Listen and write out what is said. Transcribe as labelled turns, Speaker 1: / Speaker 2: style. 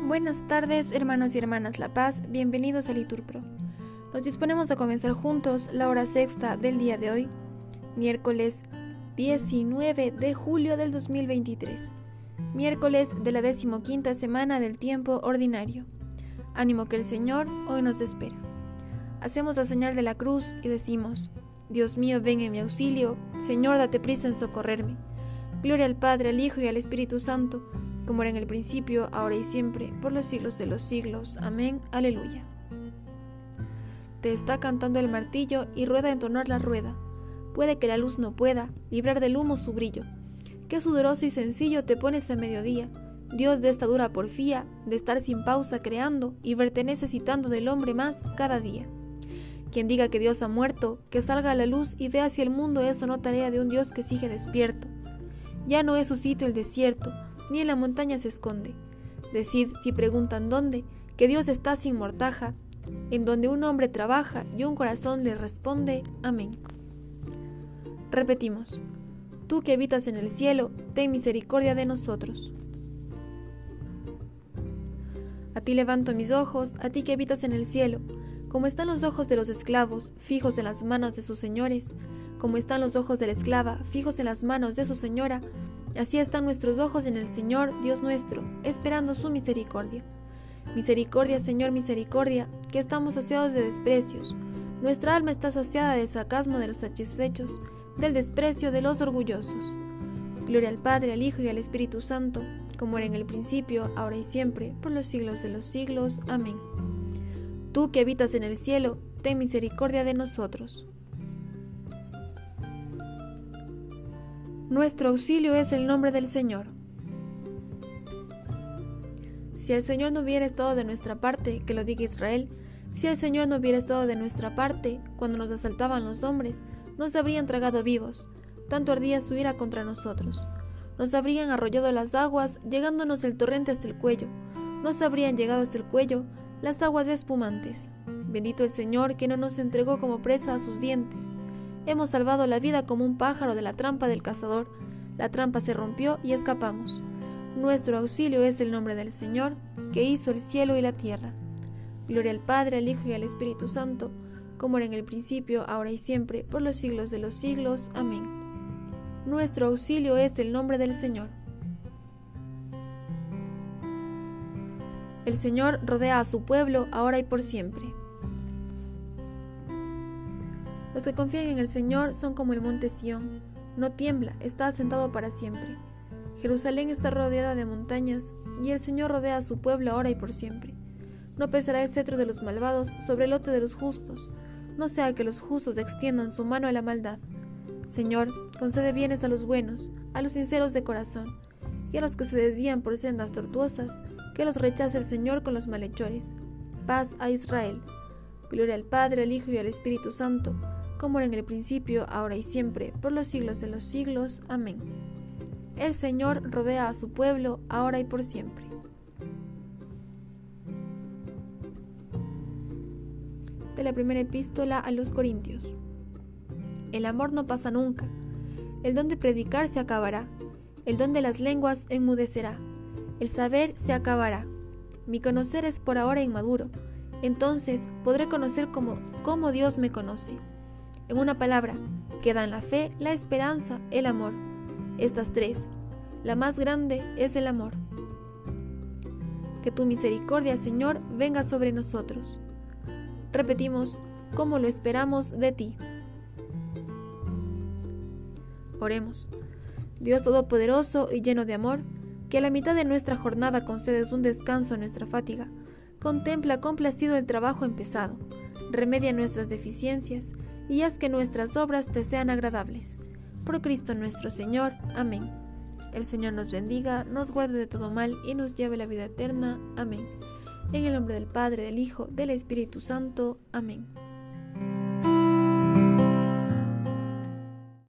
Speaker 1: Buenas tardes, hermanos y hermanas La Paz, bienvenidos a Liturpro. Nos disponemos a comenzar juntos la hora sexta del día de hoy, miércoles 19 de julio del 2023, miércoles de la 15ª semana del tiempo ordinario. Ánimo que el Señor hoy nos espera. Hacemos la señal de la cruz y decimos: Dios mío, ven en mi auxilio, Señor, date prisa en socorrerme. Gloria al Padre, al Hijo y al Espíritu Santo, como era en el principio, ahora y siempre, por los siglos de los siglos. Amén. Aleluya. Te está cantando el martillo y rueda a entonar la rueda. Puede que la luz no pueda librar del humo su brillo. Qué sudoroso y sencillo te pones a mediodía, Dios de esta dura porfía, de estar sin pausa creando y verte necesitando del hombre más cada día. Quien diga que Dios ha muerto, que salga a la luz y vea si el mundo es o no tarea de un Dios que sigue despierto. Ya no es su sitio el desierto, ni en la montaña se esconde. Decid, si preguntan dónde, que Dios está sin mortaja, en donde un hombre trabaja y un corazón le responde. Amén. Repetimos: tú que habitas en el cielo, ten misericordia de nosotros. A ti levanto mis ojos, a ti que habitas en el cielo. Como están los ojos de los esclavos, fijos en las manos de sus señores, como están los ojos de la esclava, fijos en las manos de su señora, así están nuestros ojos en el Señor, Dios nuestro, esperando su misericordia. Misericordia, Señor, misericordia, que estamos saciados de desprecios. Nuestra alma está saciada del sarcasmo de los satisfechos, del desprecio de los orgullosos. Gloria al Padre, al Hijo y al Espíritu Santo, como era en el principio, ahora y siempre, por los siglos de los siglos. Amén. Tú que habitas en el cielo, ten misericordia de nosotros. Nuestro auxilio es el nombre del Señor. Si el Señor no hubiera estado de nuestra parte, que lo diga Israel, si el Señor no hubiera estado de nuestra parte, cuando nos asaltaban los hombres, nos habrían tragado vivos, tanto ardía su ira contra nosotros. Nos habrían arrollado las aguas, llegándonos el torrente hasta el cuello, nos habrían llegado hasta el cuello las aguas espumantes. Bendito el Señor, que no nos entregó como presa a sus dientes. Hemos salvado la vida como un pájaro de la trampa del cazador. La trampa se rompió y escapamos. Nuestro auxilio es el nombre del Señor, que hizo el cielo y la tierra. Gloria al Padre, al Hijo y al Espíritu Santo, como era en el principio, ahora y siempre, por los siglos de los siglos. Amén. Nuestro auxilio es el nombre del Señor. El Señor rodea a su pueblo, ahora y por siempre. Los que confían en el Señor son como el monte Sión. No tiembla, está asentado para siempre. Jerusalén está rodeada de montañas, y el Señor rodea a su pueblo ahora y por siempre. No pesará el cetro de los malvados sobre el lote de los justos, no sea que los justos extiendan su mano a la maldad. Señor, concede bienes a los buenos, a los sinceros de corazón, y a los que se desvían por sendas tortuosas, que los rechace el Señor con los malhechores. Paz a Israel. Gloria al Padre, al Hijo y al Espíritu Santo, como era en el principio, ahora y siempre, por los siglos de los siglos. Amén. El Señor rodea a su pueblo, ahora y por siempre. De la primera epístola a los Corintios. El amor no pasa nunca. El don de predicar se acabará. El don de las lenguas enmudecerá. El saber se acabará. Mi conocer es por ahora inmaduro. Entonces podré conocer cómo Dios me conoce. En una palabra, quedan la fe, la esperanza, el amor. Estas tres. La más grande es el amor. Que tu misericordia, Señor, venga sobre nosotros. Repetimos: como lo esperamos de ti. Oremos. Dios Todopoderoso y lleno de amor, que a la mitad de nuestra jornada concedes un descanso a nuestra fatiga, contempla complacido el trabajo empezado, remedia nuestras deficiencias y haz que nuestras obras te sean agradables. Por Cristo nuestro Señor. Amén. El Señor nos bendiga, nos guarde de todo mal y nos lleve a la vida eterna. Amén. En el nombre del Padre, del Hijo, del Espíritu Santo. Amén.